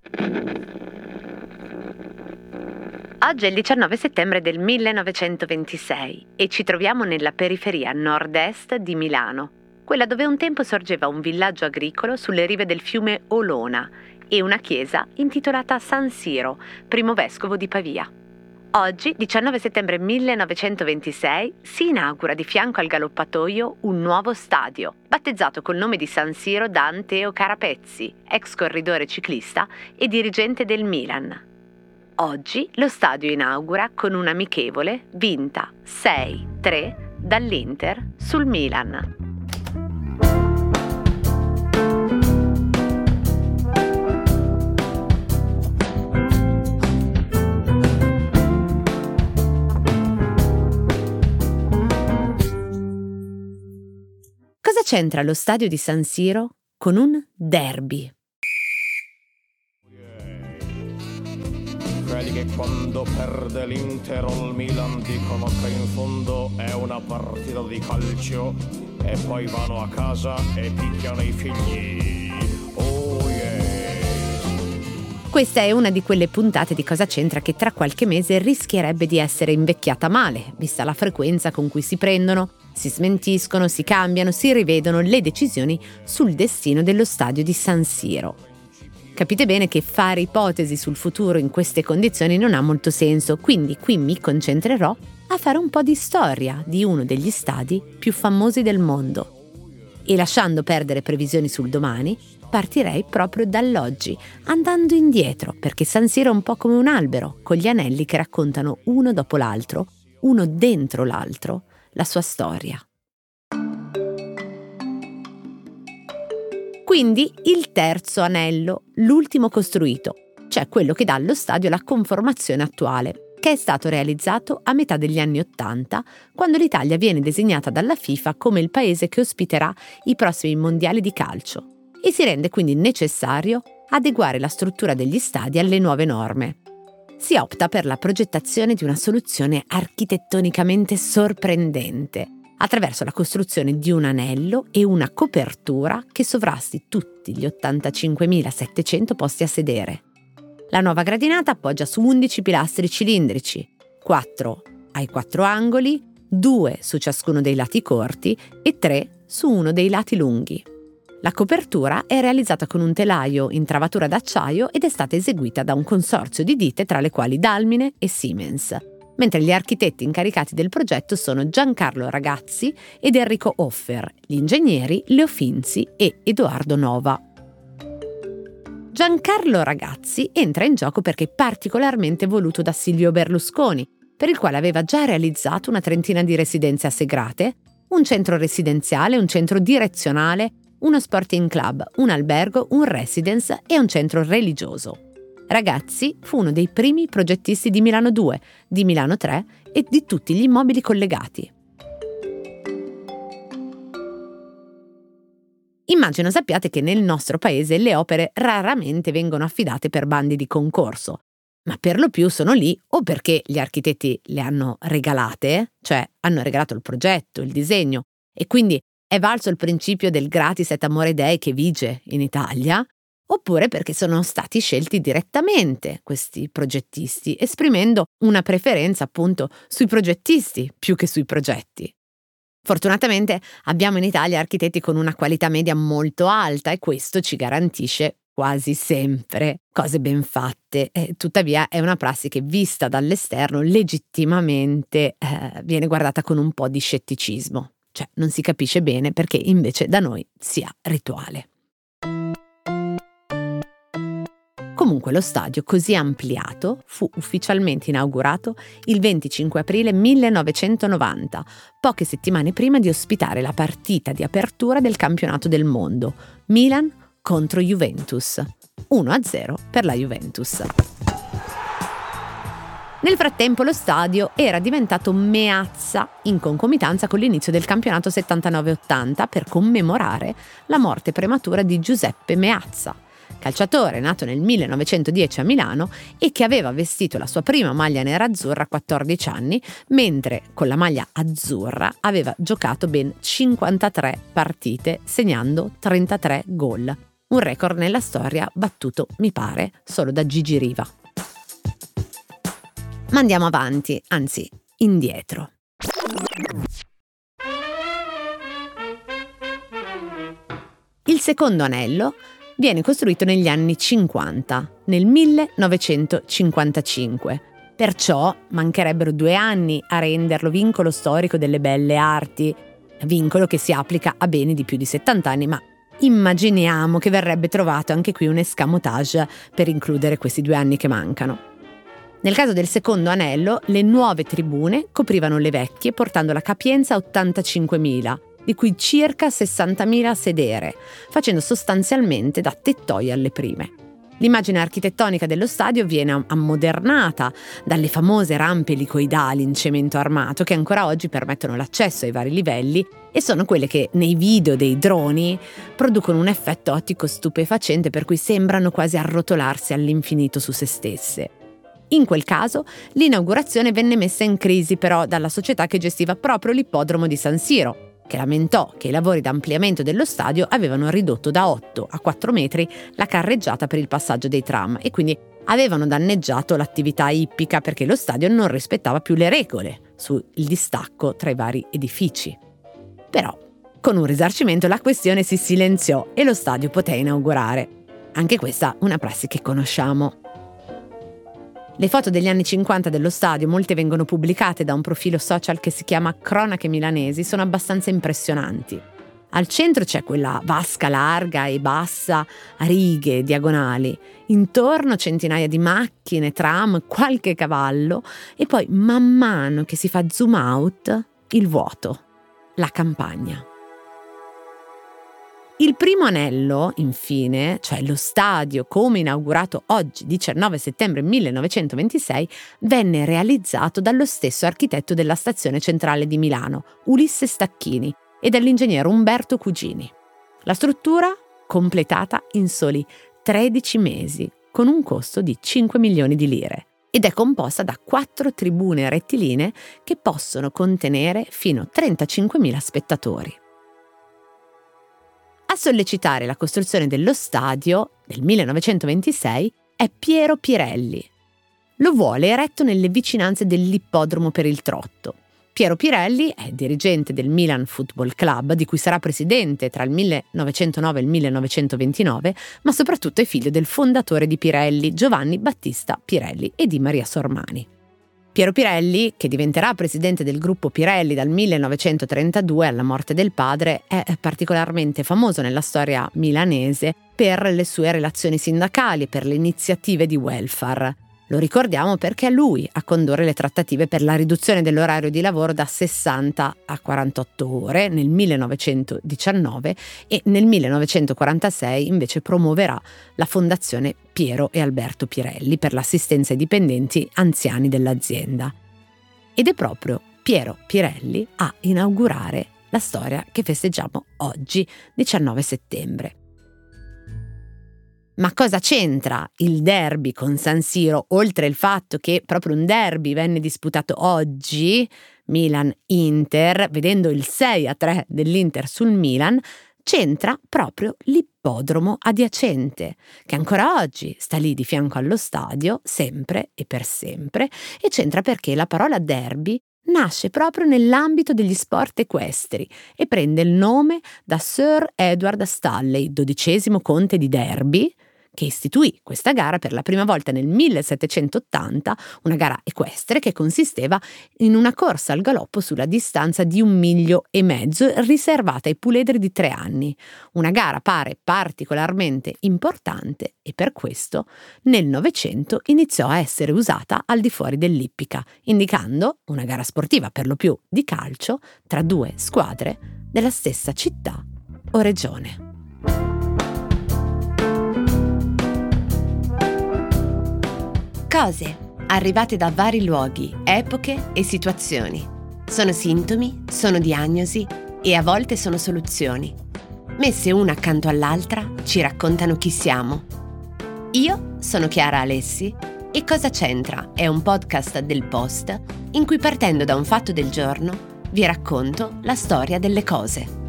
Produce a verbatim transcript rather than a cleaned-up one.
Oggi è il diciannove settembre del millenovecentoventisei e ci troviamo nella periferia nord-est di Milano, quella dove un tempo sorgeva un villaggio agricolo sulle rive del fiume Olona e una chiesa intitolata San Siro, primo vescovo di Pavia. Oggi, diciannove settembre millenovecentoventisei, si inaugura di fianco al galoppatoio un nuovo stadio, battezzato col nome di San Siro da Anteo Carapezzi, ex corridore ciclista e dirigente del Milan. Oggi lo stadio inaugura con un'amichevole vinta sei tre dall'Inter sul Milan. Cosa c'entra lo stadio di San Siro con un derby? Quelli che quando perde l'Inter o il Milan dicono che in fondo è una partita di calcio e poi vanno a casa e picchiano i figli. Oh yeah! Questa è una di quelle puntate di Cosa c'entra che tra qualche mese rischierebbe di essere invecchiata male, vista la frequenza con cui si prendono, si smentiscono, si cambiano, si rivedono le decisioni sul destino dello stadio di San Siro. Capite bene che fare ipotesi sul futuro in queste condizioni non ha molto senso, quindi qui mi concentrerò a fare un po' di storia di uno degli stadi più famosi del mondo. E lasciando perdere previsioni sul domani, partirei proprio dall'oggi, andando indietro, perché San Siro è un po' come un albero, con gli anelli che raccontano uno dopo l'altro, uno dentro l'altro, la sua storia. Quindi il terzo anello, l'ultimo costruito, cioè quello che dà allo stadio la conformazione attuale, che è stato realizzato a metà degli anni Ottanta, quando l'Italia viene designata dalla FIFA come il paese che ospiterà i prossimi mondiali di calcio e si rende quindi necessario adeguare la struttura degli stadi alle nuove norme. Si opta per la progettazione di una soluzione architettonicamente sorprendente, attraverso la costruzione di un anello e una copertura che sovrasti tutti gli ottantacinquemilasettecento posti a sedere. La nuova gradinata appoggia su undici pilastri cilindrici, quattro ai quattro angoli, due su ciascuno dei lati corti e tre su uno dei lati lunghi. La copertura è realizzata con un telaio in travatura d'acciaio ed è stata eseguita da un consorzio di ditte tra le quali Dalmine e Siemens, mentre gli architetti incaricati del progetto sono Giancarlo Ragazzi ed Enrico Hoffer, gli ingegneri Leo Finzi e Edoardo Nova. Giancarlo Ragazzi entra in gioco perché è particolarmente voluto da Silvio Berlusconi, per il quale aveva già realizzato una trentina di residenze a Segrate, un centro residenziale, un centro direzionale, uno sporting club, un albergo, un residence e un centro religioso. Ragazzi fu uno dei primi progettisti di Milano due, di Milano tre e di tutti gli immobili collegati. Immagino sappiate che nel nostro paese le opere raramente vengono affidate per bandi di concorso, ma per lo più sono lì o perché gli architetti le hanno regalate, cioè hanno regalato il progetto, il disegno, e quindi è valso il principio del gratis et amore dei che vige in Italia, oppure perché sono stati scelti direttamente questi progettisti, esprimendo una preferenza appunto sui progettisti più che sui progetti. Fortunatamente abbiamo in Italia architetti con una qualità media molto alta e questo ci garantisce quasi sempre cose ben fatte. Eh, tuttavia è una prassi che vista dall'esterno legittimamente eh, viene guardata con un po' di scetticismo, cioè non si capisce bene perché invece da noi sia rituale. Comunque lo stadio così ampliato fu ufficialmente inaugurato il venticinque aprile millenovecentonovanta, poche settimane prima di ospitare la partita di apertura del campionato del mondo, Milan contro Juventus, uno a zero per la Juventus. Nel frattempo lo stadio era diventato Meazza in concomitanza con l'inizio del campionato settantanove ottanta per commemorare la morte prematura di Giuseppe Meazza, calciatore nato nel millenovecentodieci a Milano e che aveva vestito la sua prima maglia nerazzurra a quattordici anni, mentre con la maglia azzurra aveva giocato ben cinquantatré partite, segnando trentatré gol. un record nella storia battuto, mi pare, solo da Gigi Riva. Ma andiamo avanti, anzi, indietro. Il secondo anello viene costruito negli anni cinquanta, nel millenovecentocinquantacinque. Perciò mancherebbero due anni a renderlo vincolo storico delle belle arti, vincolo che si applica a beni di più di settanta anni, ma immaginiamo che verrebbe trovato anche qui un escamotage per includere questi due anni che mancano. Nel caso del secondo anello, le nuove tribune coprivano le vecchie, portando la capienza a ottantacinquemila, di cui circa sessantamila a sedere, facendo sostanzialmente da tettoie alle prime. L'immagine architettonica dello stadio viene ammodernata dalle famose rampe elicoidali in cemento armato che ancora oggi permettono l'accesso ai vari livelli e sono quelle che nei video dei droni producono un effetto ottico stupefacente per cui sembrano quasi arrotolarsi all'infinito su se stesse. In quel caso l'inaugurazione venne messa in crisi però dalla società che gestiva proprio l'ippodromo di San Siro, che lamentò che i lavori d'ampliamento dello stadio avevano ridotto da otto a quattro metri la carreggiata per il passaggio dei tram e quindi avevano danneggiato l'attività ippica perché lo stadio non rispettava più le regole sul distacco tra i vari edifici. Però, con un risarcimento la questione si silenziò e lo stadio poté inaugurare. Anche questa una prassi che conosciamo. Le foto degli anni cinquanta dello stadio, molte vengono pubblicate da un profilo social che si chiama Cronache Milanesi, sono abbastanza impressionanti. Al centro c'è quella vasca larga e bassa a righe diagonali, intorno centinaia di macchine, tram, qualche cavallo e poi man mano che si fa zoom out, il vuoto, la campagna. Il primo anello, infine, cioè lo stadio come inaugurato oggi, diciannove settembre millenovecentoventisei, venne realizzato dallo stesso architetto della stazione centrale di Milano, Ulisse Stacchini, e dall'ingegnere Umberto Cugini. La struttura completata in soli tredici mesi, con un costo di cinque milioni di lire, ed è composta da quattro tribune rettilinee che possono contenere fino a trentacinquemila spettatori. A sollecitare la costruzione dello stadio del millenovecentoventisei è Piero Pirelli. Lo vuole eretto nelle vicinanze dell'ippodromo per il trotto. Piero Pirelli è dirigente del Milan Football Club, di cui sarà presidente tra il millenovecentonove e il millenovecentoventinove, ma soprattutto è figlio del fondatore di Pirelli, Giovanni Battista Pirelli, e di Maria Sormani. Piero Pirelli, che diventerà presidente del gruppo Pirelli dal millenovecentotrentadue alla morte del padre, è particolarmente famoso nella storia milanese per le sue relazioni sindacali e per le iniziative di welfare. Lo ricordiamo perché è lui a condurre le trattative per la riduzione dell'orario di lavoro da sessanta a quarantotto ore nel millenovecentodiciannove e nel millenovecentoquarantasei invece promuoverà la fondazione Piero e Alberto Pirelli per l'assistenza ai dipendenti anziani dell'azienda. Ed è proprio Piero Pirelli a inaugurare la storia che festeggiamo oggi, diciannove settembre. Ma cosa c'entra il derby con San Siro, oltre il fatto che proprio un derby venne disputato oggi, Milan-Inter, vedendo il sei a tre dell'Inter sul Milan, c'entra proprio l'ippodromo adiacente, che ancora oggi sta lì di fianco allo stadio, sempre e per sempre, e c'entra perché la parola derby nasce proprio nell'ambito degli sport equestri e prende il nome da Sir Edward Stanley, dodicesimo conte di Derby, che istituì questa gara per la prima volta nel millesettecentottanta, una gara equestre che consisteva in una corsa al galoppo sulla distanza di un miglio e mezzo riservata ai puledri di tre anni. Una gara pare particolarmente importante e per questo nel Novecento iniziò a essere usata al di fuori dell'ippica, indicando una gara sportiva per lo più di calcio tra due squadre della stessa città o regione. Cose arrivate da vari luoghi, epoche e situazioni. Sono sintomi, sono diagnosi e a volte sono soluzioni. Messe una accanto all'altra ci raccontano chi siamo. Io sono Chiara Alessi e Cosa c'entra è un podcast del Post in cui partendo da un fatto del giorno vi racconto la storia delle cose.